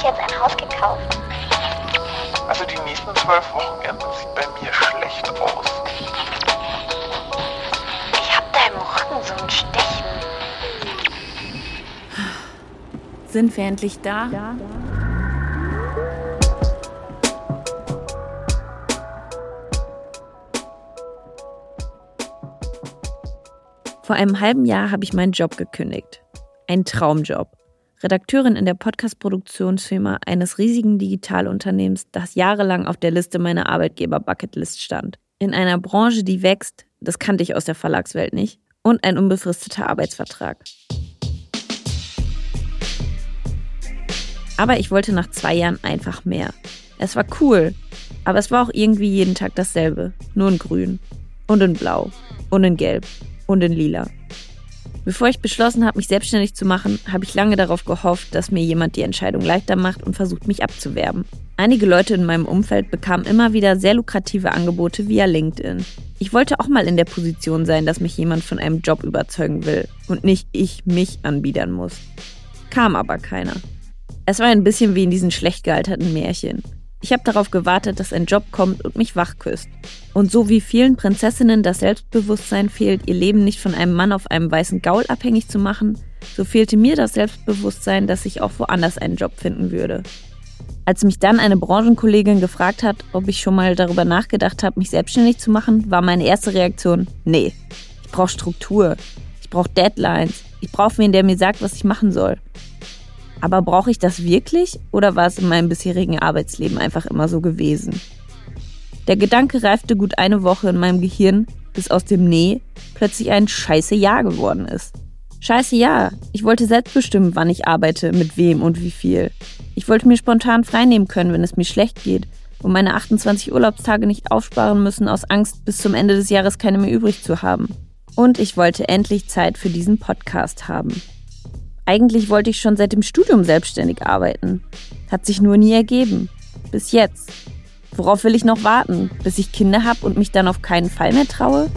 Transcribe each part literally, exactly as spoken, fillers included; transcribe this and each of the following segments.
jetzt ein Haus gekauft. Also die nächsten zwölf Wochenenden sieht bei mir schlecht aus. Ich hab da im Rücken so ein Stechen. Sind wir endlich da? Ja. Vor einem halben Jahr habe ich meinen Job gekündigt. Ein Traumjob. Redakteurin in der Podcast-Produktionsfirma eines riesigen Digitalunternehmens, das jahrelang auf der Liste meiner Arbeitgeber-Bucketlist stand. In einer Branche, die wächst, das kannte ich aus der Verlagswelt nicht, und ein unbefristeter Arbeitsvertrag. Aber ich wollte nach zwei Jahren einfach mehr. Es war cool, aber es war auch irgendwie jeden Tag dasselbe. Nur in grün und in blau und in gelb und in lila. Bevor ich beschlossen habe, mich selbstständig zu machen, habe ich lange darauf gehofft, dass mir jemand die Entscheidung leichter macht und versucht, mich abzuwerben. Einige Leute in meinem Umfeld bekamen immer wieder sehr lukrative Angebote via LinkedIn. Ich wollte auch mal in der Position sein, dass mich jemand von einem Job überzeugen will und nicht ich mich anbiedern muss. Kam aber keiner. Es war ein bisschen wie in diesen schlecht gealterten Märchen. Ich habe darauf gewartet, dass ein Job kommt und mich wachküsst. Und so wie vielen Prinzessinnen das Selbstbewusstsein fehlt, ihr Leben nicht von einem Mann auf einem weißen Gaul abhängig zu machen, so fehlte mir das Selbstbewusstsein, dass ich auch woanders einen Job finden würde. Als mich dann eine Branchenkollegin gefragt hat, ob ich schon mal darüber nachgedacht habe, mich selbstständig zu machen, war meine erste Reaktion: Nee, ich brauche Struktur, ich brauche Deadlines, ich brauche wen, der mir sagt, was ich machen soll. Aber brauche ich das wirklich oder war es in meinem bisherigen Arbeitsleben einfach immer so gewesen? Der Gedanke reifte gut eine Woche in meinem Gehirn, bis aus dem Nee plötzlich ein Scheiße Ja geworden ist. Scheiße Ja, ich wollte selbst bestimmen, wann ich arbeite, mit wem und wie viel. Ich wollte mir spontan freinehmen können, wenn es mir schlecht geht und meine achtundzwanzig Urlaubstage nicht aufsparen müssen, aus Angst, bis zum Ende des Jahres keine mehr übrig zu haben. Und ich wollte endlich Zeit für diesen Podcast haben. Eigentlich wollte ich schon seit dem Studium selbstständig arbeiten. Hat sich nur nie ergeben. Bis jetzt. Worauf will ich noch warten? Bis ich Kinder habe und mich dann auf keinen Fall mehr traue?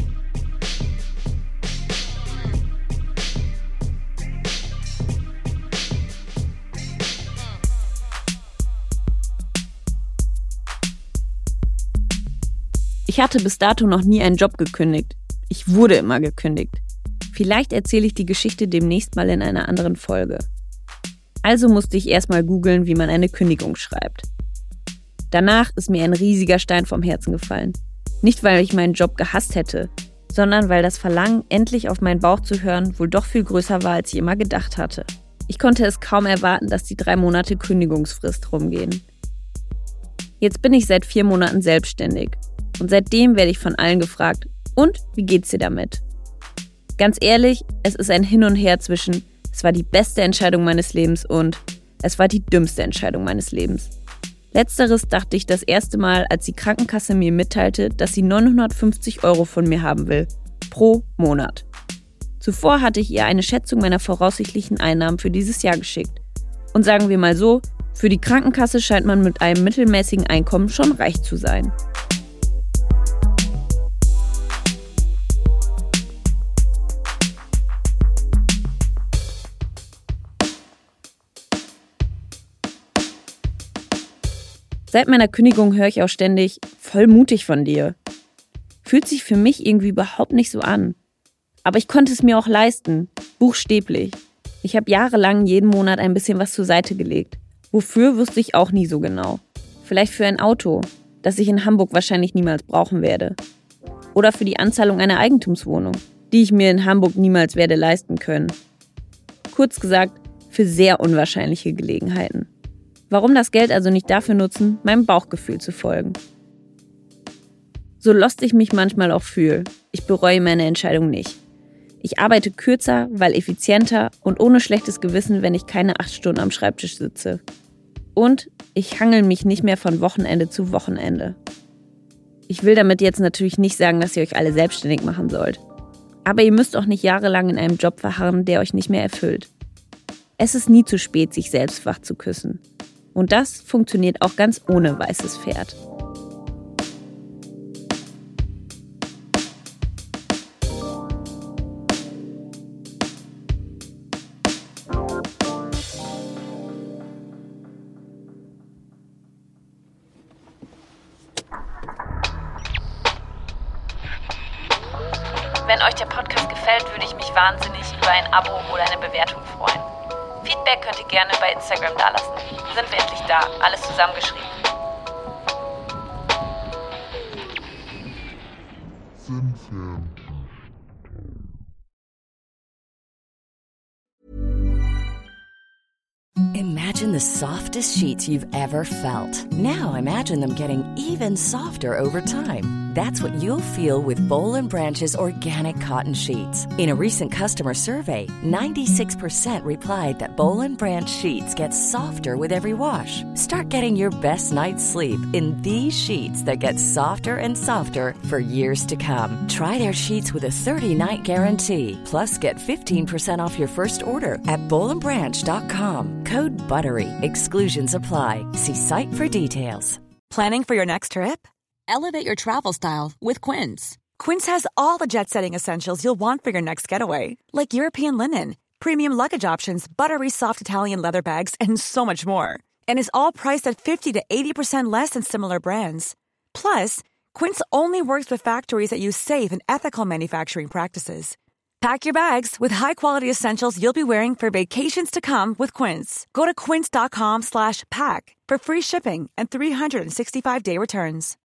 Ich hatte bis dato noch nie einen Job gekündigt. Ich wurde immer gekündigt. Vielleicht erzähle ich die Geschichte demnächst mal in einer anderen Folge. Also musste ich erstmal googeln, wie man eine Kündigung schreibt. Danach ist mir ein riesiger Stein vom Herzen gefallen. Nicht, weil ich meinen Job gehasst hätte, sondern weil das Verlangen, endlich auf meinen Bauch zu hören, wohl doch viel größer war, als ich immer gedacht hatte. Ich konnte es kaum erwarten, dass die drei Monate Kündigungsfrist rumgehen. Jetzt bin ich seit vier Monaten selbstständig und seitdem werde ich von allen gefragt: Und, wie geht's dir damit? Ganz ehrlich, es ist ein Hin und Her zwischen es war die beste Entscheidung meines Lebens und es war die dümmste Entscheidung meines Lebens. Letzteres dachte ich das erste Mal, als die Krankenkasse mir mitteilte, dass sie neunhundertfünfzig Euro von mir haben will. Pro Monat. Zuvor hatte ich ihr eine Schätzung meiner voraussichtlichen Einnahmen für dieses Jahr geschickt. Und sagen wir mal so, für die Krankenkasse scheint man mit einem mittelmäßigen Einkommen schon reich zu sein. Seit meiner Kündigung höre ich auch ständig: Voll mutig von dir. Fühlt sich für mich irgendwie überhaupt nicht so an. Aber ich konnte es mir auch leisten. Buchstäblich. Ich habe jahrelang jeden Monat ein bisschen was zur Seite gelegt. Wofür, wusste ich auch nie so genau. Vielleicht für ein Auto, das ich in Hamburg wahrscheinlich niemals brauchen werde. Oder für die Anzahlung einer Eigentumswohnung, die ich mir in Hamburg niemals werde leisten können. Kurz gesagt, für sehr unwahrscheinliche Gelegenheiten. Warum das Geld also nicht dafür nutzen, meinem Bauchgefühl zu folgen? So lost ich mich manchmal auch fühle, ich bereue meine Entscheidung nicht. Ich arbeite kürzer, weil effizienter und ohne schlechtes Gewissen, wenn ich keine acht Stunden am Schreibtisch sitze. Und ich hangel mich nicht mehr von Wochenende zu Wochenende. Ich will damit jetzt natürlich nicht sagen, dass ihr euch alle selbstständig machen sollt. Aber ihr müsst auch nicht jahrelang in einem Job verharren, der euch nicht mehr erfüllt. Es ist nie zu spät, sich selbst wach zu küssen. Und das funktioniert auch ganz ohne weißes Pferd. Wenn euch der Podcast gefällt, würde ich mich wahnsinnig über ein Abo oder eine Bewertung freuen. Feedback könnt ihr gerne bei Instagram dalassen. Sind wir endlich da, alles zusammengeschrieben. Imagine the softest sheets you've ever felt. Now imagine them getting even softer over time. That's what you'll feel with Boll and Branch's organic cotton sheets. In a recent customer survey, ninety-six percent replied that Boll and Branch sheets get softer with every wash. Start getting your best night's sleep in these sheets that get softer and softer for years to come. Try their sheets with a thirty-night guarantee. Plus, get fifteen percent off your first order at boll and branch dot com. Code BUTTERY. Exclusions apply. See site for details. Planning for your next trip? Elevate your travel style with Quince. Quince has all the jet-setting essentials you'll want for your next getaway, like European linen, premium luggage options, buttery soft Italian leather bags, and so much more. And is all priced at fifty to eighty percent less than similar brands. Plus, Quince only works with factories that use safe and ethical manufacturing practices. Pack your bags with high-quality essentials you'll be wearing for vacations to come with Quince. Go to quince dot com slash pack for free shipping and three sixty-five day returns.